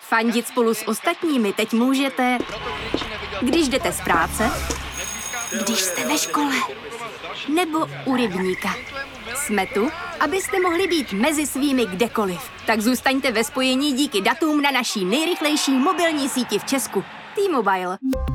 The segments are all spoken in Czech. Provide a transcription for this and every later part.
Fandit spolu s ostatními teď můžete, když jdete z práce, když jste ve škole, nebo u rybníka. Jsme tu, abyste mohli být mezi svými kdekoliv. Tak zůstaňte ve spojení díky datům na naší nejrychlejší mobilní síti v Česku. T-Mobile.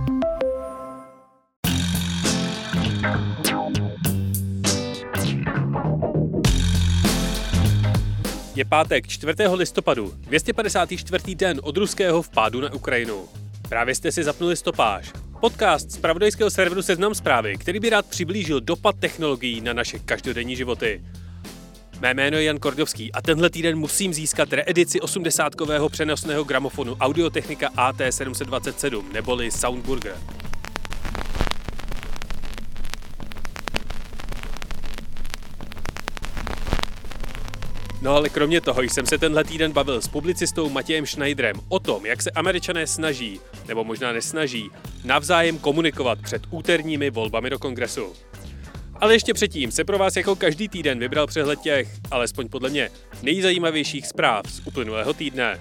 Je pátek 4. listopadu, 254. den od ruského vpádu na Ukrajinu. Právě jste si zapnuli Stopáž, podcast z zpravodajského serveru Seznam Zprávy, který by rád přiblížil dopad technologií na naše každodenní životy. Mé jméno je Jan Kordovský a tenhle týden musím získat reedici 80kového přenosného gramofonu Audio-Technica AT727 neboli Soundburger. No ale kromě toho jsem se tenhle týden bavil s publicistou Matějem Schneiderem o tom, jak se Američané snaží, nebo možná nesnaží, navzájem komunikovat před úterními volbami do Kongresu. Ale ještě předtím se pro vás jako každý týden vybral přehled těch, alespoň podle mě, nejzajímavějších zpráv z uplynulého týdne.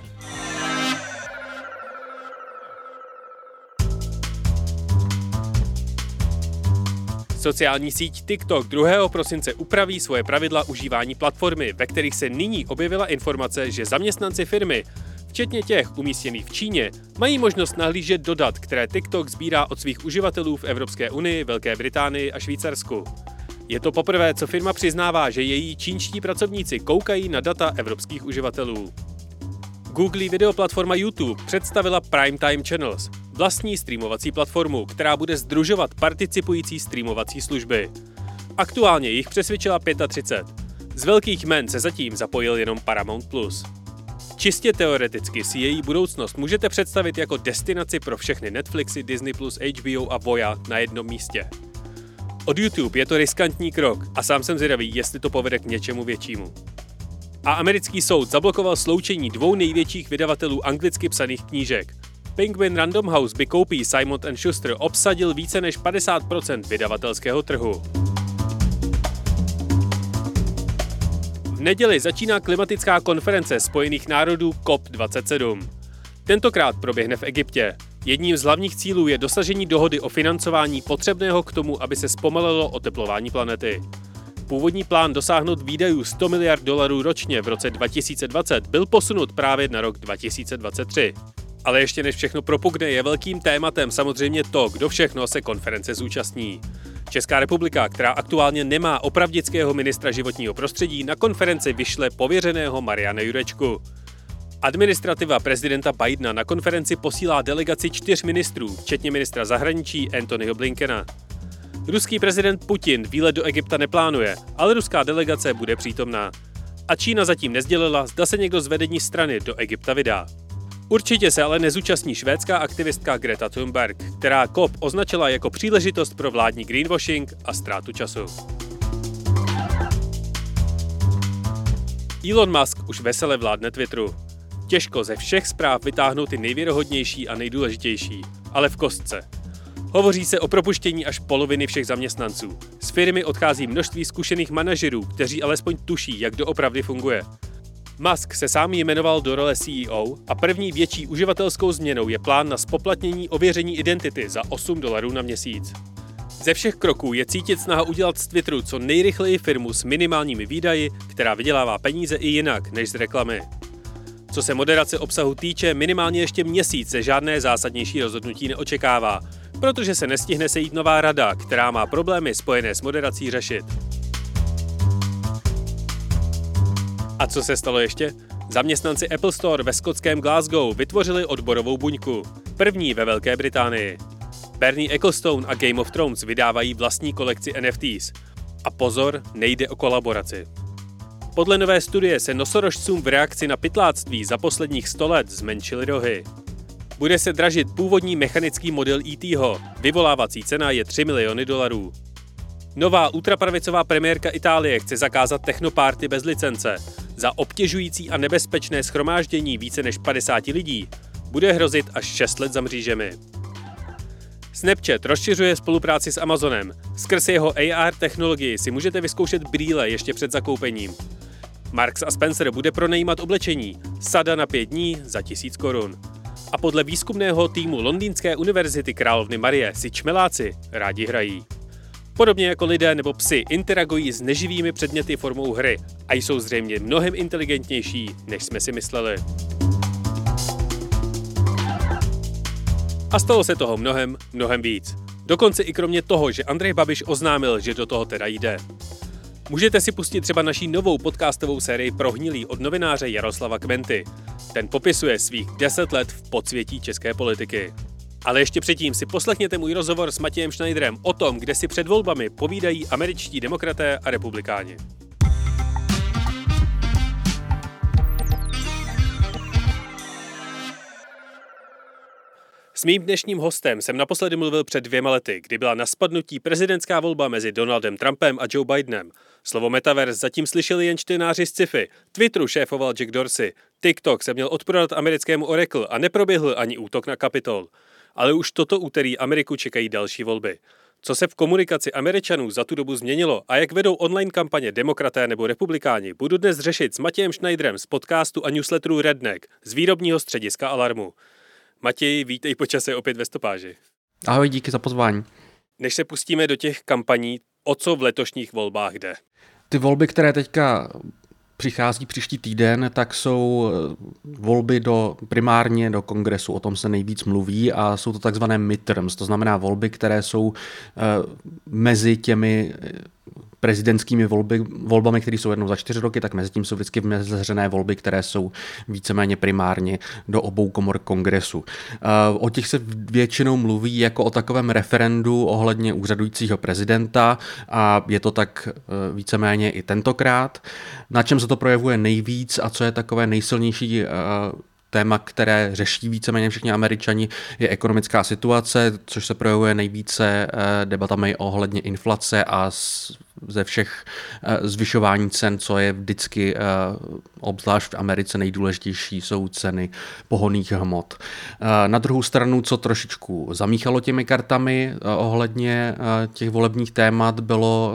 Sociální síť TikTok 2. prosince upraví svoje pravidla užívání platformy, ve kterých se nyní objevila informace, že zaměstnanci firmy, včetně těch umístěných v Číně, mají možnost nahlížet do dat, které TikTok sbírá od svých uživatelů v Evropské unii, Velké Británii a Švýcarsku. Je to poprvé, co firma přiznává, že její čínští pracovníci koukají na data evropských uživatelů. Google videoplatforma YouTube představila Primetime Channels, vlastní streamovací platformu, která bude sdružovat participující streamovací služby. Aktuálně jich přesvědčila 35. Z velkých jmen se zatím zapojil jenom Paramount+. Čistě teoreticky si její budoucnost můžete představit jako destinaci pro všechny Netflixy, Disney+, HBO a Voya na jednom místě. Od YouTube je to riskantní krok a sám jsem zvědavý, jestli to povede k něčemu většímu. A americký soud zablokoval sloučení dvou největších vydavatelů anglicky psaných knížek. Penguin Random House by koupí Simon & Schuster obsadil více než 50% vydavatelského trhu. V neděli začíná klimatická konference Spojených národů COP27. Tentokrát proběhne v Egyptě. Jedním z hlavních cílů je dosažení dohody o financování potřebného k tomu, aby se zpomalilo oteplování planety. Původní plán dosáhnout výdajů $100 miliard ročně v roce 2020 byl posunut právě na rok 2023. Ale ještě než všechno propukne, je velkým tématem samozřejmě to, kdo všechno se konference zúčastní. Česká republika, která aktuálně nemá opravdického ministra životního prostředí, na konferenci vyšle pověřeného Mariana Jurečku. Administrativa prezidenta Bidena na konferenci posílá delegaci 4 ministrů, včetně ministra zahraničí Antonyho Blinkena. Ruský prezident Putin výlet do Egypta neplánuje, ale ruská delegace bude přítomná. A Čína zatím nesdělila, zda se někdo z vedení strany do Egypta vydá. Určitě se ale nezúčastní švédská aktivistka Greta Thunberg, která COP označila jako příležitost pro vládní greenwashing a ztrátu času. Elon Musk už vesele vládne Twitteru. Těžko ze všech zpráv vytáhnout ty nejvěrohodnější a nejdůležitější, ale v kostce. Hovoří se o propuštění až poloviny všech zaměstnanců. Z firmy odchází množství zkušených manažerů, kteří alespoň tuší, jak doopravdy funguje. Musk se sám jmenoval do role CEO a první větší uživatelskou změnou je plán na zpoplatnění ověření identity za $8 na měsíc. Ze všech kroků je cítit snaha udělat z Twitteru co nejrychleji firmu s minimálními výdaji, která vydělává peníze i jinak než z reklamy. Co se moderace obsahu týče, minimálně ještě měsíc se žádné zásadnější rozhodnutí neočekává, protože se nestihne sejít nová rada, která má problémy spojené s moderací řešit. A co se stalo ještě? Zaměstnanci Apple Store ve skotském Glasgow vytvořili odborovou buňku. První ve Velké Británii. Bernie Ecclestone a Game of Thrones vydávají vlastní kolekci NFTs. A pozor, nejde o kolaboraci. Podle nové studie se nosorožcům v reakci na pytláctví za posledních 100 let zmenšily rohy. Bude se dražit původní mechanický model E.T.ho. Vyvolávací cena je $3 miliony. Nová ultrapravicová premiérka Itálie chce zakázat technoparty bez licence. Za obtěžující a nebezpečné shromáždění více než 50 lidí bude hrozit až 6 let za mřížemi. Snapchat rozšiřuje spolupráci s Amazonem. Skrz jeho AR technologii si můžete vyzkoušet brýle ještě před zakoupením. Marks a Spencer bude pronajímat oblečení, sada na 5 dní za 1000 korun. A podle výzkumného týmu Londýnské univerzity Královny Marie si čmeláci rádi hrají. Podobně jako lidé nebo psi interagují s neživými předměty formou hry a jsou zřejmě mnohem inteligentnější, než jsme si mysleli. A stalo se toho mnohem víc. Dokonce i kromě toho, že Andrej Babiš oznámil, že do toho teda jde. Můžete si pustit třeba naší novou podcastovou sérii Prohnilí od novináře Jaroslava Kmenty. Ten popisuje svých 10 let v podsvětí české politiky. Ale ještě předtím si poslechněte můj rozhovor s Matějem Schneiderem o tom, kde si před volbami povídají američtí demokraté a republikáni. S mým dnešním hostem jsem naposledy mluvil před 2 lety, kdy byla na spadnutí prezidentská volba mezi Donaldem Trumpem a Joe Bidenem. Slovo metaverse zatím slyšeli jen čtenáři sci-fi. Twitteru šéfoval Jack Dorsey. TikTok se měl odprodat americkému Oracle a neproběhl ani útok na Kapitol. Ale už toto úterý Ameriku čekají další volby. Co se v komunikaci Američanů za tu dobu změnilo a jak vedou online kampaně demokraté nebo republikáni, budu dnes řešit s Matějem Schneiderem z podcastu a newsletteru Redneck z výrobního střediska Alarmu. Matěj, vítej po čase opět ve Stopáži. Ahoj, díky za pozvání. Než se pustíme do těch kampaní, o co v letošních volbách jde? Ty volby, které teďka přichází příští týden, tak jsou volby primárně do kongresu, o tom se nejvíc mluví a jsou to takzvané midterms, to znamená volby, které jsou mezi těmi prezidentskými volbami, které jsou jednou za 4 roky, tak mezi tím jsou vždycky mezeřené volby, které jsou víceméně primárně do obou komor kongresu. O těch se většinou mluví jako o takovém referendu ohledně úřadujícího prezidenta a je to tak víceméně i tentokrát. Na čem se to projevuje nejvíc a co je takové nejsilnější téma, které řeší víceméně všichni Američani, je ekonomická situace, což se projevuje nejvíce debatami ohledně inflace a ze všech zvyšování cen, co je vždycky obzvlášť v Americe nejdůležitější, jsou ceny pohonných hmot. Na druhou stranu, co trošičku zamíchalo těmi kartami ohledně těch volebních témat, bylo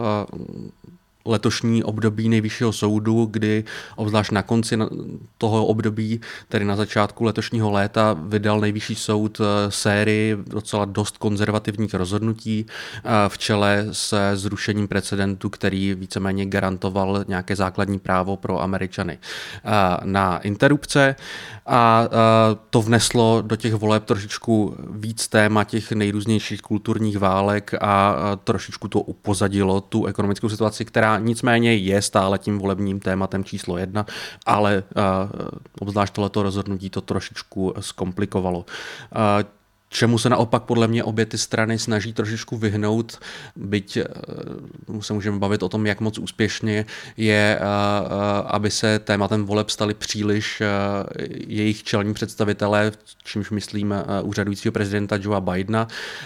letošní období Nejvyššího soudu, kdy obzvlášť na konci toho období, tedy na začátku letošního léta, vydal Nejvyšší soud sérii docela dost konzervativních rozhodnutí v čele se zrušením precedentu, který víceméně garantoval nějaké základní právo pro Američany na interrupce a to vneslo do těch voleb trošičku víc téma těch nejrůznějších kulturních válek a trošičku to upozadilo tu ekonomickou situaci, která nicméně je stále tím volebním tématem číslo 1, ale obzvlášť tohleto rozhodnutí to trošičku zkomplikovalo. Čemu se naopak podle mě obě ty strany snaží trošičku vyhnout, byť se můžeme bavit o tom, jak moc úspěšně je, aby se tématem voleb stali příliš jejich čelní představitelé, čímž myslím úřadujícího prezidenta Joea Bidena.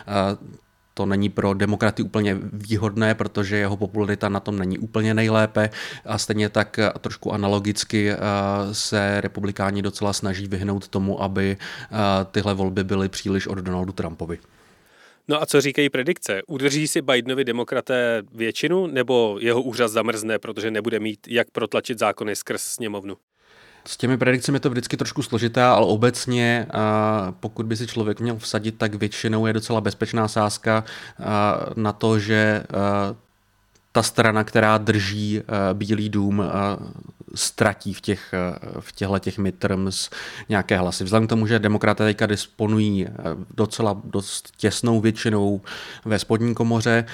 To není pro demokraty úplně výhodné, protože jeho popularita na tom není úplně nejlépe a stejně tak trošku analogicky se republikáni docela snaží vyhnout tomu, aby tyhle volby byly příliš od Donaldu Trumpovi. No a co říkají predikce? Udrží si Bidenovi demokraté většinu, nebo jeho úřad zamrzne, protože nebude mít jak protlačit zákony skrz sněmovnu? S těmi predikcemi je to vždycky trošku složité, ale obecně, pokud by si člověk měl vsadit, tak většinou je docela bezpečná sázka na to, že ta strana, která drží Bílý dům, ztratí v těchto midterms nějaké hlasy. Vzhledem k tomu, že demokraté teďka disponují docela dost těsnou většinou ve spodní komoře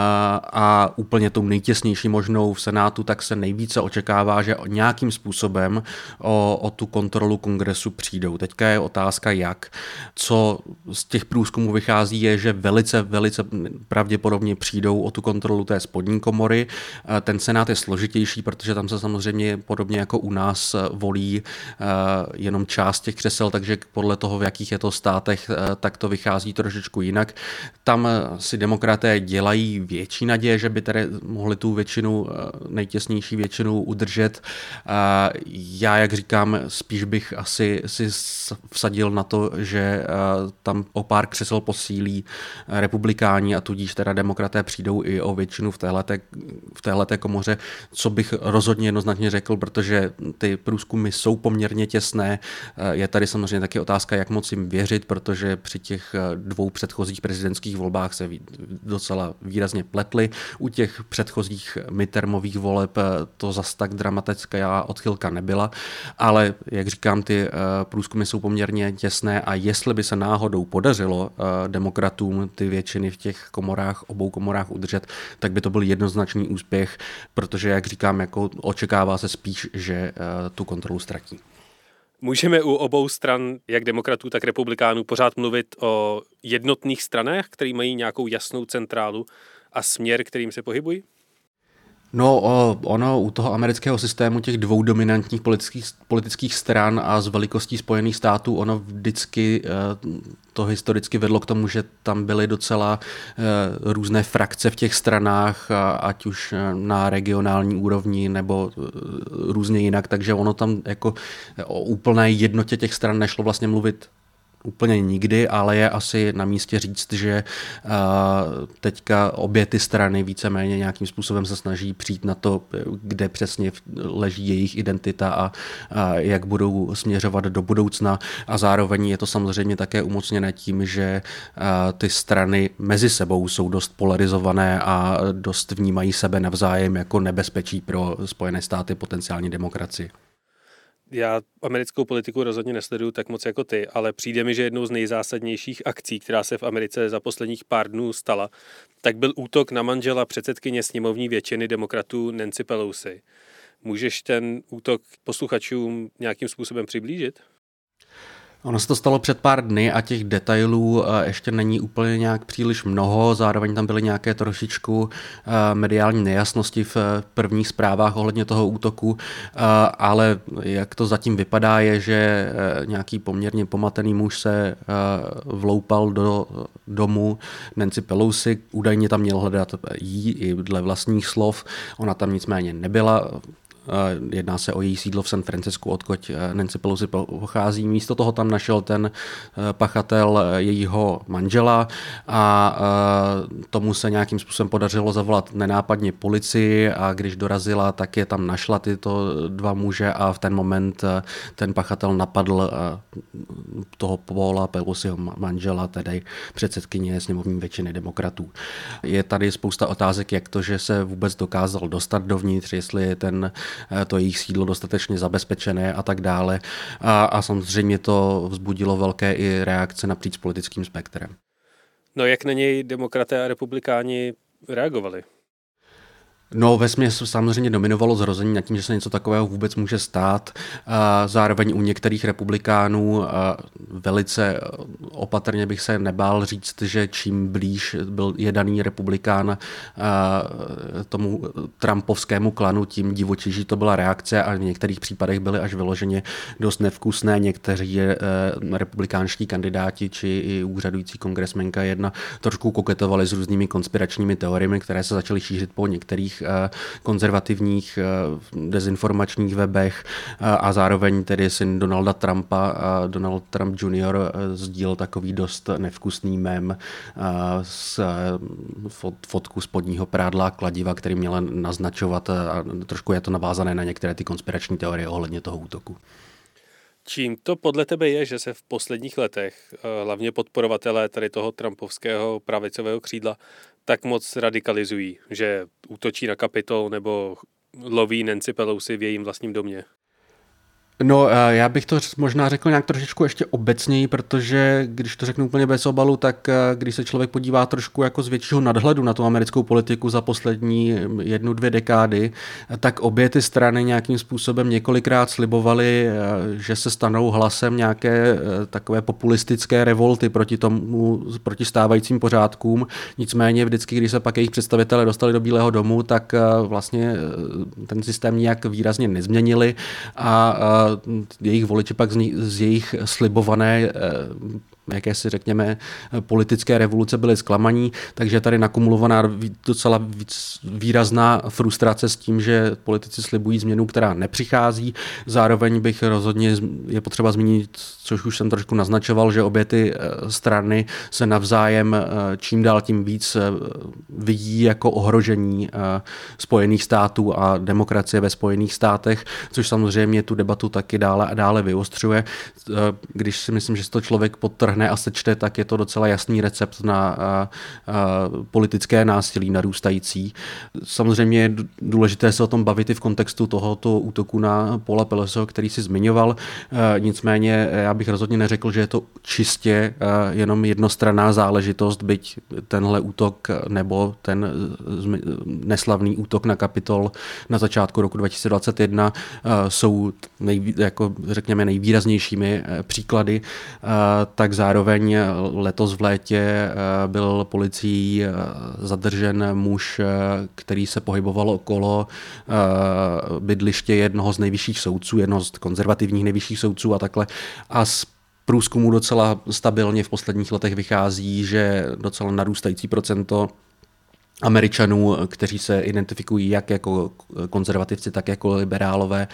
a úplně tou nejtěsnější možnou v Senátu, tak se nejvíce očekává, že nějakým způsobem o tu kontrolu kongresu přijdou. Teďka je otázka jak. Co z těch průzkumů vychází je, že velice pravděpodobně přijdou o tu kontrolu té spodní komory. Ten Senát je složitější, protože tam se samozřejmě podobně jako u nás volí jenom část těch křesel, takže podle toho, v jakých je to státech, tak to vychází trošičku jinak. Tam si demokraté dělají větší naděje, že by tedy mohli tu většinu, nejtěsnější většinu udržet. Já, jak říkám, spíš bych asi si vsadil na to, že tam o pár křesel posílí republikáni a tudíž teda demokraté přijdou i o většinu v téhleté v téhleté komoře, co bych rozhodně jednoznačně řekl, protože ty průzkumy jsou poměrně těsné. Je tady samozřejmě taky otázka, jak moc jim věřit, protože při těch 2 předchozích prezidentských volbách se docela výrazně pletly. U těch předchozích midtermových voleb to zas tak dramatická odchylka nebyla, ale jak říkám, ty průzkumy jsou poměrně těsné a jestli by se náhodou podařilo demokratům ty většiny v těch komorách, obou komorách udržet, tak by to byl jednoznačný úspěch, protože, jak říkám, jako očekává se spíš, že tu kontrolu ztratí. Můžeme u obou stran, jak demokratů, tak republikánů, pořád mluvit o jednotných stranách, které mají nějakou jasnou centrálu a směr, kterým se pohybují? No, ono u toho amerického systému těch 2 dominantních politických stran a z velikostí Spojených států, ono vždycky to historicky vedlo k tomu, že tam byly docela různé frakce v těch stranách, ať už na regionální úrovni nebo různě jinak, takže ono tam jako o úplné jednotě těch stran nešlo vlastně mluvit úplně nikdy, ale je asi na místě říct, že teďka obě ty strany víceméně nějakým způsobem se snaží přijít na to, kde přesně leží jejich identita a jak budou směřovat do budoucna a zároveň je to samozřejmě také umocněné tím, že ty strany mezi sebou jsou dost polarizované a dost vnímají sebe navzájem jako nebezpečí pro Spojené státy, potenciální demokracii. Já americkou politiku rozhodně nesleduju tak moc jako ty, ale přijde mi, že jednou z nejzásadnějších akcí, která se v Americe za posledních pár dnů stala, tak byl útok na manžela předsedkyně sněmovní většiny demokratů Nancy Pelosi. Můžeš ten útok posluchačům nějakým způsobem přiblížit? Ono se to stalo před pár dny a těch detailů ještě není úplně nějak příliš mnoho, zároveň tam byly nějaké trošičku mediální nejasnosti v prvních zprávách ohledně toho útoku, ale jak to zatím vypadá je, že nějaký poměrně pomatený muž se vloupal do domu Nancy Pelosi, údajně tam měl hledat jí i dle vlastních slov, ona tam nicméně nebyla. Jedná se o její sídlo v San Francisku, odkud Nancy Pelosi pochází. Místo toho tam našel ten pachatel jejího manžela a tomu se nějakým způsobem podařilo zavolat nenápadně policii a když dorazila, tak je tam našla tyto 2 muže a v ten moment ten pachatel napadl toho Paula Pelosiho manžela, tedy předsedkyně sněmovní většiny demokratů. Je tady spousta otázek, jak to, že se vůbec dokázal dostat dovnitř, jestli je to jejich sídlo dostatečně zabezpečené a tak dále. A samozřejmě to vzbudilo velké i reakce napříč politickým spektrem. No jak na něj demokraté a republikáni reagovali? No, vesměs samozřejmě dominovalo zrození nad tím, že se něco takového vůbec může stát. Zároveň u některých republikánů velice opatrně bych se nebál říct, že čím blíž je daný republikán tomu trumpovskému klanu, tím divočejší to byla reakce a v některých případech byly až vyloženě dost nevkusné. Někteří republikánští kandidáti či i úřadující kongresmenka jedna trošku koketovali s různými konspiračními teoriemi, které se začaly šířit po některých konzervativních dezinformačních webech a zároveň tedy syn Donalda Trumpa, Donald Trump Jr. sdílel takový dost nevkusný mém s fotku spodního prádla a kladiva, který měl naznačovat a trošku je to navázané na některé ty konspirační teorie ohledně toho útoku. Čím to podle tebe je, že se v posledních letech hlavně podporovatelé tady toho trumpovského pravicového křídla tak moc radikalizují, že útočí na Kapitol nebo loví Nancy Pelosi v jejím vlastním domě? No, já bych to možná řekl nějak trošičku ještě obecněji, protože když to řeknu úplně bez obalu, tak když se člověk podívá trošku jako z většího nadhledu na tu americkou politiku za poslední 1-2 dekády, tak obě ty strany nějakým způsobem několikrát slibovaly, že se stanou hlasem nějaké takové populistické revolty proti stávajícím pořádkům. Nicméně vždycky, když se pak jejich představitelé dostali do Bílého domu, tak vlastně ten systém nějak výrazně nezměnili a jejich voliči pak z jejich slibované jakési, řekněme, politické revoluce byli zklamaní, takže tady nakumulovaná docela výrazná frustrace s tím, že politici slibují změnu, která nepřichází. Zároveň bych rozhodně je potřeba zmínit, což už jsem trošku naznačoval, že obě ty strany se navzájem čím dál tím víc vidí jako ohrožení Spojených států a demokracie ve Spojených státech, což samozřejmě tu debatu taky dále a dále vyostřuje. Když si myslím, že si to člověk podtrhne a sečte, tak je to docela jasný recept na politické násilí narůstající. Samozřejmě je důležité se o tom bavit i v kontextu tohoto útoku na Paula Pelleseho, který si zmiňoval. Nicméně já bych rozhodně neřekl, že je to čistě jenom jednostranná záležitost, byť tenhle útok nebo ten neslavný útok na Kapitol na začátku roku 2021 jsou řekněme nejvýraznějšími příklady, tak zároveň letos v létě byl policií zadržen muž, který se pohyboval okolo bydliště jednoho z nejvyšších soudců, jednoho z konzervativních nejvyšších soudců a takhle. A z průzkumu docela stabilně v posledních letech vychází, že docela narůstající procento Američanů, kteří se identifikují jak jako konzervativci, tak jako liberálové,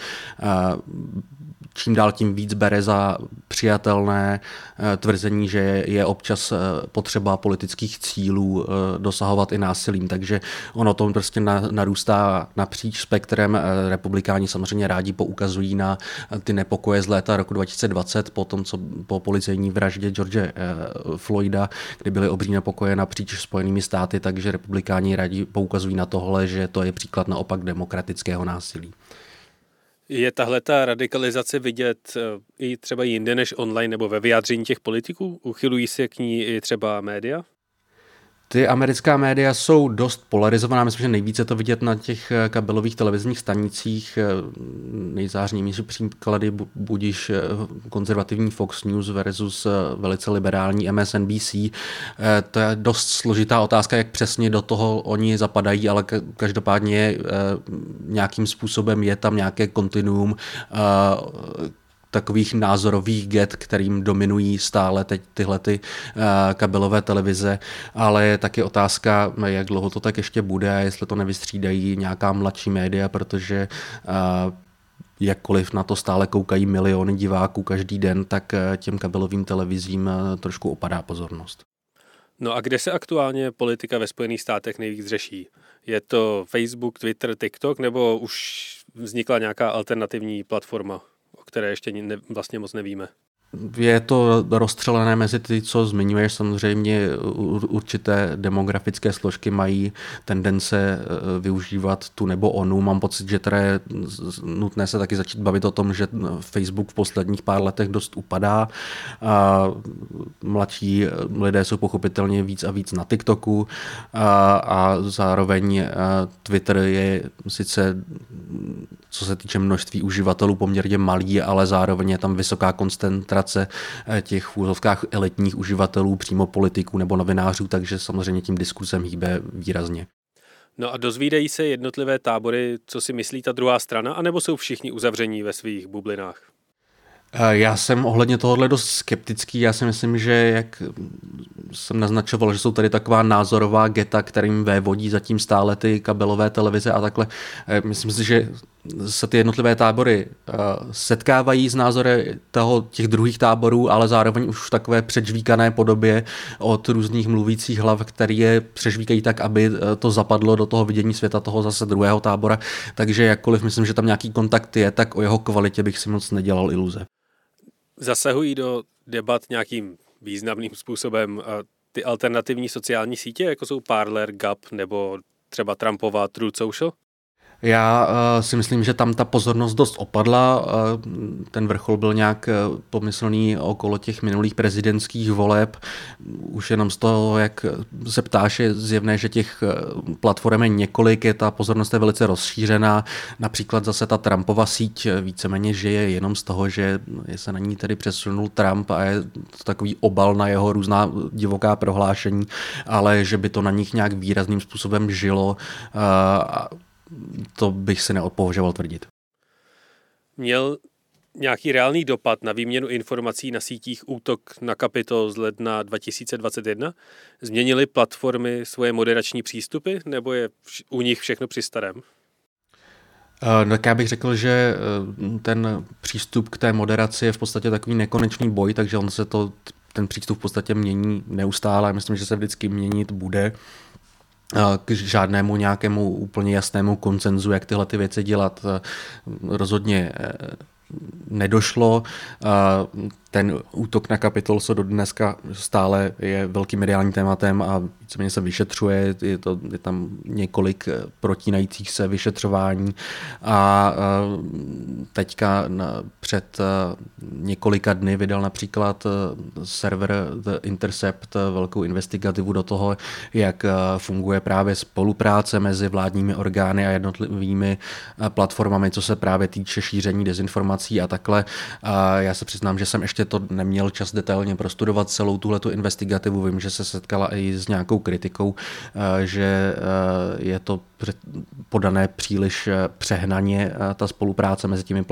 čím dál tím víc bere za přijatelné tvrzení, že je občas potřeba politických cílů dosahovat i násilím. Takže ono to prostě narůstá napříč spektrem. Republikáni samozřejmě rádi poukazují na ty nepokoje z léta roku 2020, po policejní vraždě George Floyda, kdy byly obří nepokoje napříč Spojenými státy, takže republikáni rádi poukazují na tohle, že to je příklad naopak demokratického násilí. Je tahle ta radikalizace vidět i třeba jinde než online nebo ve vyjádření těch politiků? Uchylují se k ní i třeba média? Ty americká média jsou dost polarizovaná, myslím, že nejvíce to vidět na těch kabelových televizních stanicích. Nejzářnější příklady budiž konzervativní Fox News versus velice liberální MSNBC. To je dost složitá otázka, jak přesně do toho oni zapadají, ale každopádně nějakým způsobem je tam nějaké kontinuum takových názorových get, kterým dominují stále teď tyhle kabelové televize, ale je taky otázka, jak dlouho to tak ještě bude a jestli to nevystřídají nějaká mladší média, protože jakkoliv na to stále koukají miliony diváků každý den, tak těm kabelovým televizím trošku opadá pozornost. No a kde se aktuálně politika ve Spojených státech nejvíc řeší? Je to Facebook, Twitter, TikTok, nebo už vznikla nějaká alternativní platforma, o které ještě vlastně moc nevíme? Je to rozstřelené mezi ty, co zmiňuješ. Samozřejmě určité demografické složky mají tendence využívat tu nebo onu. Mám pocit, že teda je nutné se taky začít bavit o tom, že Facebook v posledních pár letech dost upadá. Mladší lidé jsou pochopitelně víc a víc na TikToku a zároveň Twitter je sice, co se týče množství uživatelů, poměrně malý, ale zároveň je tam vysoká koncentrace těch v úzovkách elitních uživatelů, přímo politiků nebo novinářů, takže samozřejmě tím diskursem hýbe výrazně. No a dozvídají se jednotlivé tábory, co si myslí ta druhá strana, anebo jsou všichni uzavření ve svých bublinách? Já jsem ohledně tohohle dost skeptický. Já si myslím, že jak jsem naznačoval, že jsou tady taková názorová geta, kterým vévodí zatím stále ty kabelové televize a takhle. Myslím si, že se ty jednotlivé tábory setkávají s názory těch druhých táborů, ale zároveň už v takové předžvíkané podobě od různých mluvících hlav, které je přežvíkají tak, aby to zapadlo do toho vidění světa toho zase druhého tábora. Takže jakkoliv myslím, že tam nějaký kontakt je, tak o jeho kvalitě bych si moc nedělal iluze. Zasahují do debat nějakým významným způsobem ty alternativní sociální sítě, jako jsou Parler, Gab nebo třeba Trumpova Truth Social? Já si myslím, že tam ta pozornost dost opadla. Ten vrchol byl nějak pomyslný okolo těch minulých prezidentských voleb. Už jenom z toho, jak se ptáš, je zjevné, že těch platform je několik, ta pozornost je velice rozšířená. Například zase ta Trumpova síť víceméně žije jenom z toho, že se na ní tedy přesunul Trump a je to takový obal na jeho různá divoká prohlášení, ale že by to na nich nějak výrazným způsobem žilo, to bych si neodpověděl tvrdit. Měl nějaký reálný dopad na výměnu informací na sítích útok na Capitol z ledna 2021? Změnily platformy svoje moderační přístupy, nebo je u nich všechno při starém? Tak já bych řekl, že ten přístup k té moderaci je v podstatě takový nekonečný boj, takže ten přístup v podstatě mění neustále. Myslím, že se vždycky měnit bude. K žádnému nějakému úplně jasnému konsenzu, jak tyhle ty věci dělat, rozhodně nedošlo. Ten útok na Capitol do dneska stále je velkým mediálním tématem a víceméně se vyšetřuje. Je tam několik protínajících se vyšetřování a teďka před několika dny vydal například server The Intercept velkou investigativu do toho, jak funguje právě spolupráce mezi vládními orgány a jednotlivými platformami, co se právě týče šíření dezinformací a takhle. Já se přiznám, že jsem ještě to neměl čas detailně prostudovat celou tuhletu investigativu. Vím, že se setkala i s nějakou kritikou, že je to podané příliš přehnaně ta spolupráce mezi těmi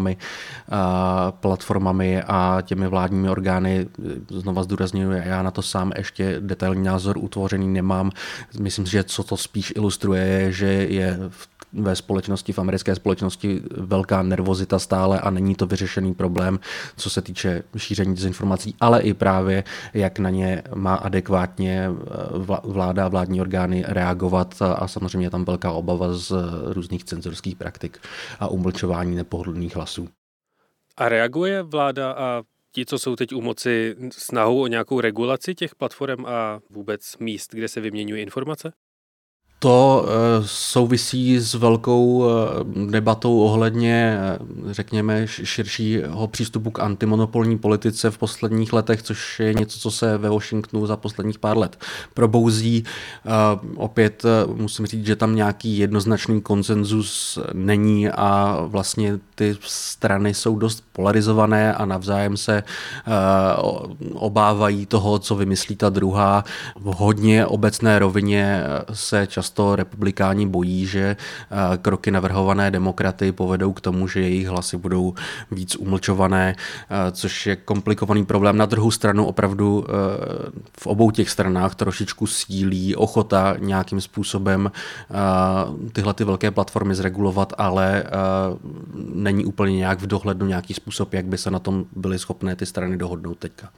platformami a těmi vládními orgány. Znova zdůrazňuji, já na to sám ještě detailní názor utvořený nemám. Myslím si, že co to spíš ilustruje, je, že je v americké společnosti velká nervozita stále a není to vyřešený problém, co se týče šíření dezinformací, ale i právě, jak na ně má adekvátně vláda a vládní orgány reagovat a samozřejmě je tam velká obava z různých cenzorských praktik a umlčování nepohodlných hlasů. A reaguje vláda a ti, co jsou teď u moci, snahou o nějakou regulaci těch platform a vůbec míst, kde se vyměňují informace? To souvisí s velkou debatou ohledně, řekněme, širšího přístupu k antimonopolní politice v posledních letech, což je něco, co se ve Washingtonu za posledních pár let probouzí. Opět musím říct, že tam nějaký jednoznačný konsenzus není a vlastně ty strany jsou dost polarizované a navzájem se obávají toho, co vymyslí ta druhá. V hodně obecné rovině se často republikáni bojí, že kroky navrhované demokraty povedou k tomu, že jejich hlasy budou víc umlčované, což je komplikovaný problém. Na druhou stranu opravdu v obou těch stranách trošičku sílí ochota nějakým způsobem tyhle ty velké platformy zregulovat, ale není úplně nějak v dohlednu nějaký způsob, jak by se na tom byly schopné ty strany dohodnout teďka.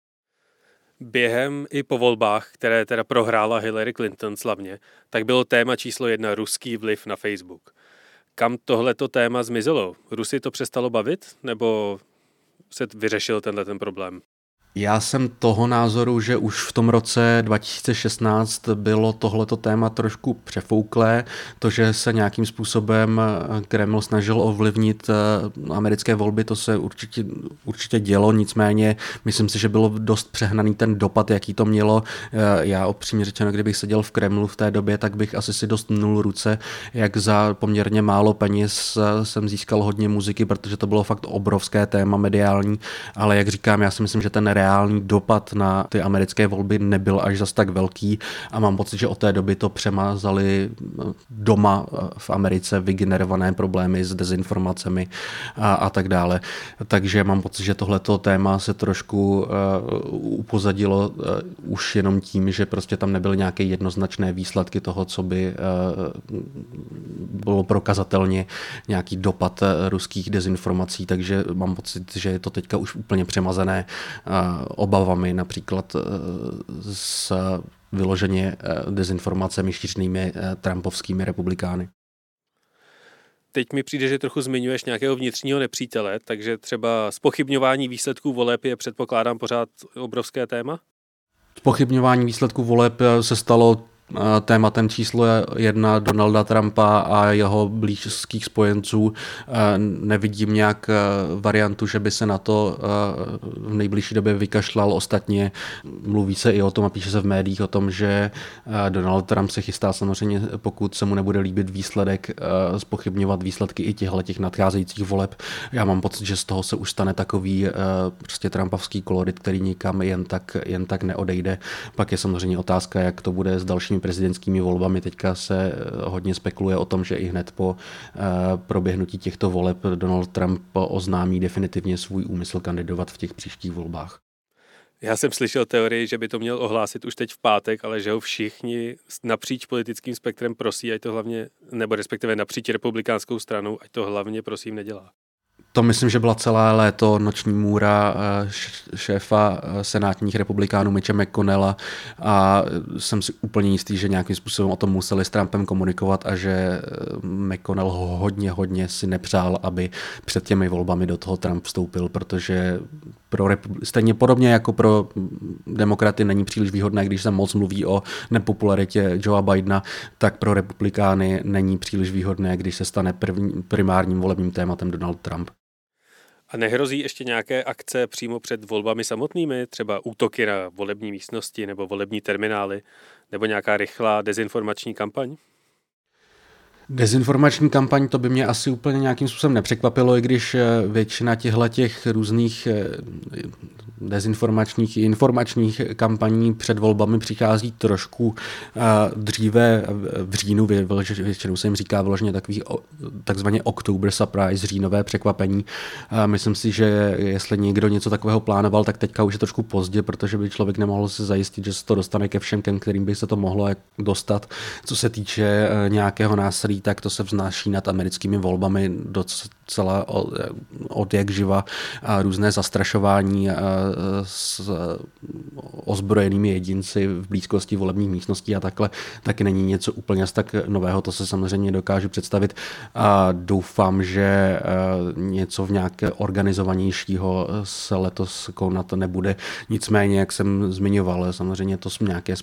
Během i po volbách, které teda prohrála Hillary Clinton slavně, tak bylo téma číslo 1 ruský vliv na Facebook. Kam tohleto téma zmizelo? Rusy to přestalo bavit? Nebo se vyřešil ten problém? Já jsem toho názoru, že už v tom roce 2016 bylo tohleto téma trošku přefouklé. To, že se nějakým způsobem Kreml snažil ovlivnit americké volby, to se určitě dělo, nicméně myslím si, že bylo dost přehnaný ten dopad, jaký to mělo. Já upřímně řečeno, kdybych seděl v Kremlu v té době, tak bych asi si dost mnul ruce, jak za poměrně málo peněz jsem získal hodně muziky, protože to bylo fakt obrovské téma mediální, ale jak říkám, já si myslím, že ten reálný dopad na ty americké volby nebyl až zas tak velký a mám pocit, že od té doby to přemazali doma v Americe vygenerované problémy s dezinformacemi a tak dále. Takže mám pocit, že tohleto téma se trošku upozadilo už jenom tím, že prostě tam nebyly nějaké jednoznačné výsledky toho, co by bylo prokazatelně nějaký dopad ruských dezinformací, takže mám pocit, že je to teďka už úplně přemazené obavami například s vyloženě dezinformacemi šířenými trumpovskými republikány. Teď mi přijde, že trochu zmiňuješ nějakého vnitřního nepřítele, takže třeba zpochybňování výsledků voleb je, předpokládám, pořád obrovské téma? Zpochybňování výsledků voleb se stalo tématem číslo 1 Donalda Trumpa a jeho blízkých spojenců. Nevidím nějak variantu, že by se na to v nejbližší době vykašlal. Ostatně mluví se i o tom a píše se v médiích o tom, že Donald Trump se chystá samozřejmě, pokud se mu nebude líbit výsledek, zpochybňovat výsledky i těch nadcházejících voleb. Já mám pocit, že z toho se už stane takový prostě trumpavský kolorit, který nikam jen tak neodejde. Pak je samozřejmě otázka, jak to bude s dalšími prezidentskými volbami. Teďka se hodně spekuluje o tom, že i hned po proběhnutí těchto voleb Donald Trump oznámí definitivně svůj úmysl kandidovat v těch příštích volbách. Já jsem slyšel teorii, že by to měl ohlásit už teď v pátek, ale že ho všichni napříč politickým spektrem prosí, ať to hlavně, nebo respektive napříč republikánskou stranou, ať to hlavně prosím nedělá. To myslím, že byla celé léto noční můra šéfa senátních republikánů Mitcha McConnella a jsem si úplně jistý, že nějakým způsobem o tom museli s Trumpem komunikovat a že McConnell hodně si nepřál, aby před těmi volbami do toho Trump vstoupil, protože stejně podobně jako pro demokraty není příliš výhodné, když se moc mluví o nepopularitě Joea Bidena, tak pro republikány není příliš výhodné, když se stane primárním volebním tématem Donald Trump. A nehrozí ještě nějaké akce přímo před volbami samotnými, třeba útoky na volební místnosti nebo volební terminály, nebo nějaká rychlá dezinformační kampaň? Dezinformační kampaň, to by mě asi úplně nějakým způsobem nepřekvapilo, i když většina těch různých dezinformačních i informačních kampaní před volbami přichází trošku dříve v říjnu, většinou se jim říká vyloženě takový takzvaně October surprise, říjnové překvapení. Myslím si, že jestli někdo něco takového plánoval, tak teďka už je trošku pozdě, protože by člověk nemohl se zajistit, že se to dostane ke všem, kterým by se to mohlo dostat. Co se týče nějakého násilí, tak to se vznáší nad americkými volbami docela od jak živa a různé zastrašování s ozbrojenými jedinci v blízkosti volebních místností a takhle taky není něco úplně tak nového, to se samozřejmě dokážu představit a doufám, že něco v nějaké organizovanějšího se letos konat nebude. Nicméně, jak jsem zmiňoval, samozřejmě to nějaké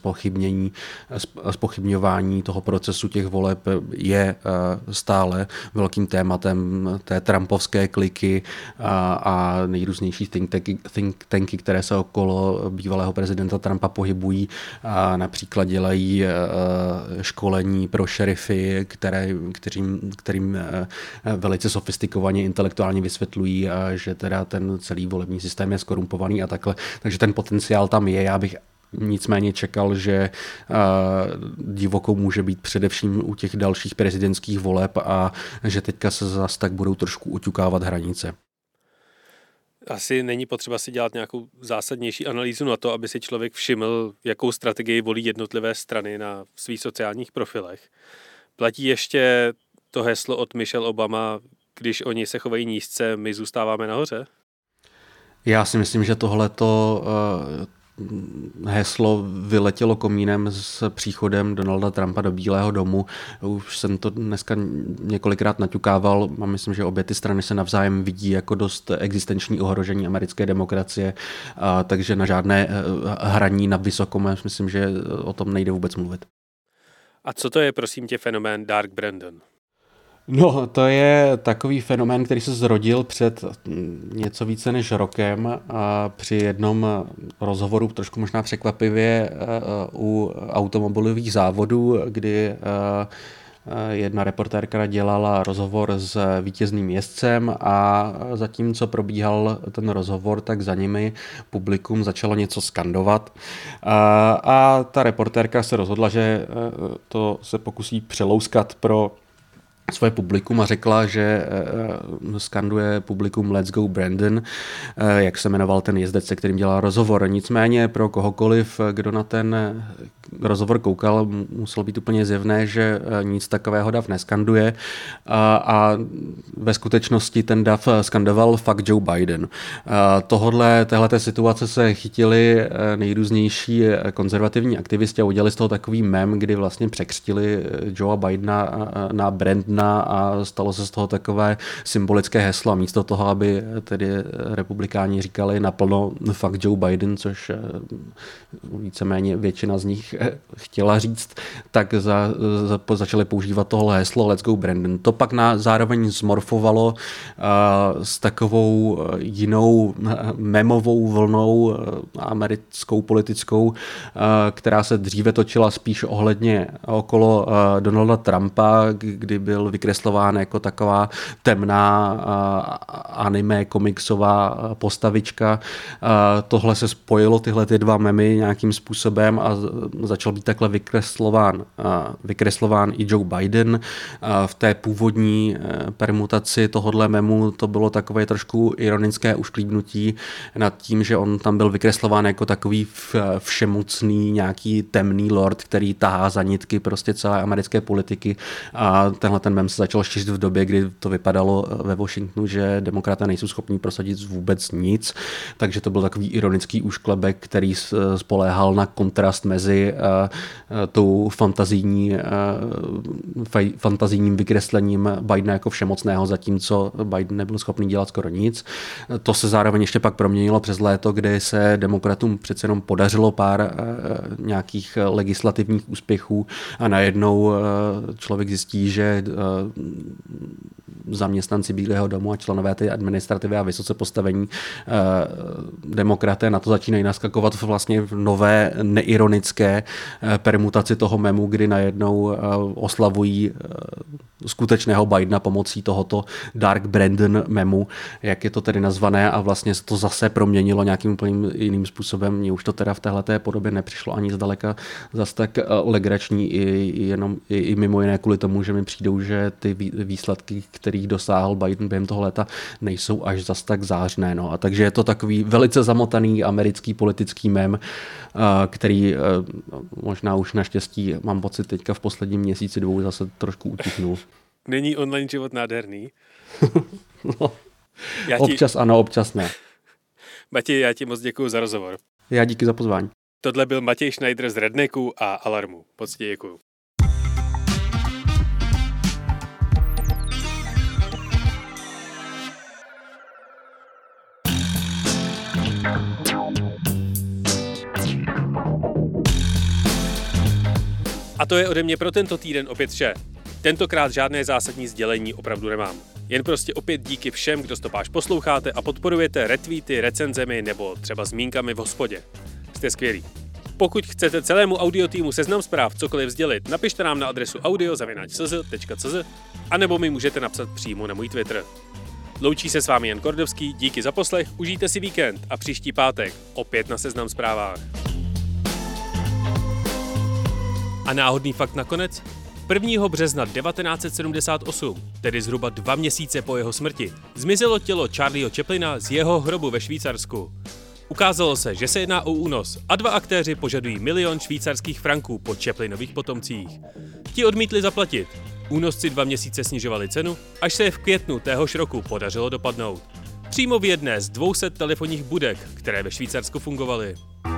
zpochybňování toho procesu těch voleb je stále velkým tématem té trumpovské kliky a nejrůznější think tanky, které se okolo bývalého prezidenta Trumpa pohybují a například dělají školení pro šerify, kterým velice sofistikovaně intelektuálně vysvětlují, že teda ten celý volební systém je skorumpovaný a takhle. Takže ten potenciál tam je. Já bych nicméně čekal, že divoko může být především u těch dalších prezidentských voleb a že teďka se zase tak budou trošku uťukávat hranice. Asi není potřeba si dělat nějakou zásadnější analýzu na to, aby si člověk všiml, jakou strategii volí jednotlivé strany na svých sociálních profilech. Platí ještě to heslo od Michelle Obama, když oni se chovají nízce, my zůstáváme nahoře? Já si myslím, že tohleto heslo vyletělo komínem s příchodem Donalda Trumpa do Bílého domu. Už jsem to dneska několikrát naťukával a myslím, že obě ty strany se navzájem vidí jako dost existenční ohrožení americké demokracie, takže na žádné hraní na vysokom, myslím, že o tom nejde vůbec mluvit. A co to je, prosím tě, fenomén Dark Brandon? No, to je takový fenomén, který se zrodil před něco více než rokem a při jednom rozhovoru, trošku možná překvapivě, u automobilových závodů, kdy jedna reportérka dělala rozhovor s vítězným jezdcem a zatímco probíhal ten rozhovor, tak za nimi publikum začalo něco skandovat a ta reportérka se rozhodla, že to se pokusí přelouskat pro svoje publikum a řekla, že skanduje publikum Let's go Brandon, jak se jmenoval ten jezdec, se kterým dělal rozhovor. Nicméně pro kohokoliv, kdo na ten rozhovor koukal, muselo být úplně zjevné, že nic takového dav neskanduje a ve skutečnosti ten dav skandoval fuck Joe Biden. Téhleté situace se chytili nejrůznější konzervativní aktivisti a udělali z toho takový mem, kdy vlastně překřtili Joea Bidena na Brandona a stalo se z toho takové symbolické heslo. Místo toho, aby tedy republikáni říkali naplno fuck Joe Biden, což víceméně většina z nich chtěla říct, tak začali používat tohle heslo Let's go Brandon. To pak zároveň zmorfovalo s takovou jinou memovou vlnou americkou politickou, která se dříve točila spíš okolo Donalda Trumpa, kdy byl vykreslován jako taková temná anime komiksová postavička. Tohle se spojilo, tyhle ty dva memy nějakým způsobem a začal být takhle vykreslován i Joe Biden. V té původní permutaci tohodle memu to bylo takové trošku ironické ušklíbnutí nad tím, že on tam byl vykreslován jako takový všemocný nějaký temný lord, který tahá za nitky prostě celé americké politiky, a tenhle ten mem se začal šířit v době, kdy to vypadalo ve Washingtonu, že demokraté nejsou schopní prosadit vůbec nic, takže to byl takový ironický úšklebek, který spoléhal na kontrast mezi tou fantazijním vykreslením Bidena jako všemocného, zatímco Biden nebyl schopný dělat skoro nic. To se zároveň ještě pak proměnilo přes léto, kdy se demokratům přece jenom podařilo pár nějakých legislativních úspěchů a najednou člověk zjistí, že zaměstnanci Bílého domu a členové té administrativy a vysoce postavení demokraté na to začínají naskakovat vlastně v nové neironické permutaci toho memu, kdy najednou oslavují skutečného Bidena pomocí tohoto Dark Brandon memu, jak je to tedy nazvané, a vlastně se to zase proměnilo nějakým úplně jiným způsobem. Mně už to teda v téhleté podobě nepřišlo ani zdaleka zase tak legrační, i mimo jiné kvůli tomu, že mi přijdou, že ty výsledky, kterých dosáhl Biden během toho léta, nejsou až zase tak zářné. No. A takže je to takový velice zamotaný americký politický mem, který možná už naštěstí, mám pocit, teďka v posledním měsíci dvou zase trošku utichnul. Není online život nádherný? No, občas ano, občas ne. Matěj, já ti moc děkuju za rozhovor. Já díky za pozvání. Tohle byl Matěj Schneider z Rednecků a Alarmu. Moc ti děkuju. A to je ode mě pro tento týden opět vše. Tentokrát žádné zásadní sdělení opravdu nemám. Jen prostě opět díky všem, kdo Stopáž posloucháte a podporujete retweety, recenzemi nebo třeba zmínkami v hospodě. Jste skvělí. Pokud chcete celému audiotýmu Seznam Zpráv cokoliv sdělit, napište nám na adresu audio@cz.cz a nebo mi můžete napsat přímo na můj Twitter. Loučí se s vámi Jan Kordovský, díky za poslech, užijte si víkend a příští pátek opět na Seznam Zprávách. A náhodný fakt nakonec? 1. března 1978, tedy zhruba 2 měsíce po jeho smrti, zmizelo tělo Charlieho Chaplina z jeho hrobu ve Švýcarsku. Ukázalo se, že se jedná o únos a 2 aktéři požadují 1 000 000 švýcarských franků po Chaplinových potomcích. Ti odmítli zaplatit. Únosci 2 měsíce snižovali cenu, až se je v květnu téhož roku podařilo dopadnout. Přímo v jedné z 200 telefonních budek, které ve Švýcarsku fungovaly.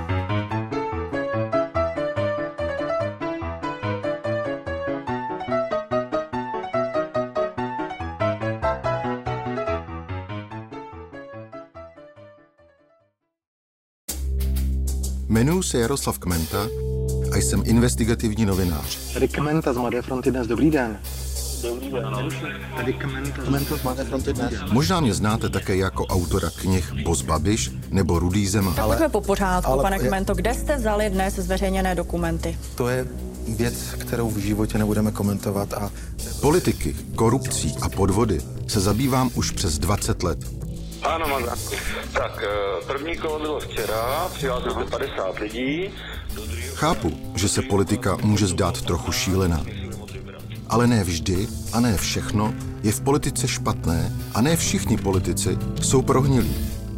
Jmenuji se Jaroslav Kmenta a jsem investigativní novinář. Tady Kmenta z Mladé fronty dnes, dobrý den. Dobrý den. Tady Kmenta z Mladé fronty dnes. Možná mě znáte také jako autora knih Boss Babiš nebo Rudý Zeman. Tak pojďme po pořádku, pane Kmento, kde jste vzali dnes zveřejněné dokumenty? To je věc, kterou v životě nebudeme komentovat a... Politiky, korupcí a podvody se zabývám už přes 20 let. Ano, mám závku. Tak, první kolo bylo včera, přihlásilo se 50 lidí. Chápu, že se politika může zdát trochu šílená. Ale ne vždy a ne všechno je v politice špatné a ne všichni politici jsou prohnilí.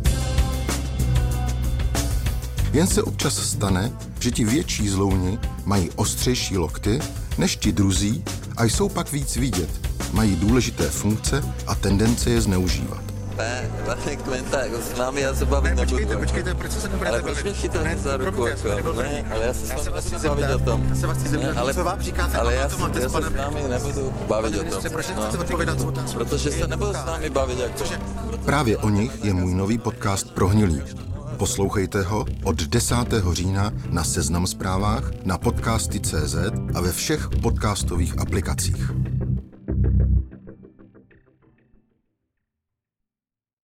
Jen se občas stane, že ti větší zlouni mají ostřejší lokty než ti druzí a jsou pak víc vidět, mají důležité funkce a tendence je zneužívat. Pane Kmenta, s vámi já se bavit nebudu. Počkejte, proč se nebudete bavit? Ale proč mě chytáte za ruku? Ne, ale já se s vámi nechci bavit o tom. Já se vás chci zeptat, co vám říkáte? Ale já se s vámi nebudu bavit o tom. Proč nechcete odpovědat tu otázku? Protože se nebudu s vámi bavit jako... Právě o nich je můj nový podcast Prohnilí. Poslouchejte ho od 10. října na Seznam Zprávách, na podcasty.cz a ve všech podcastových aplikacích.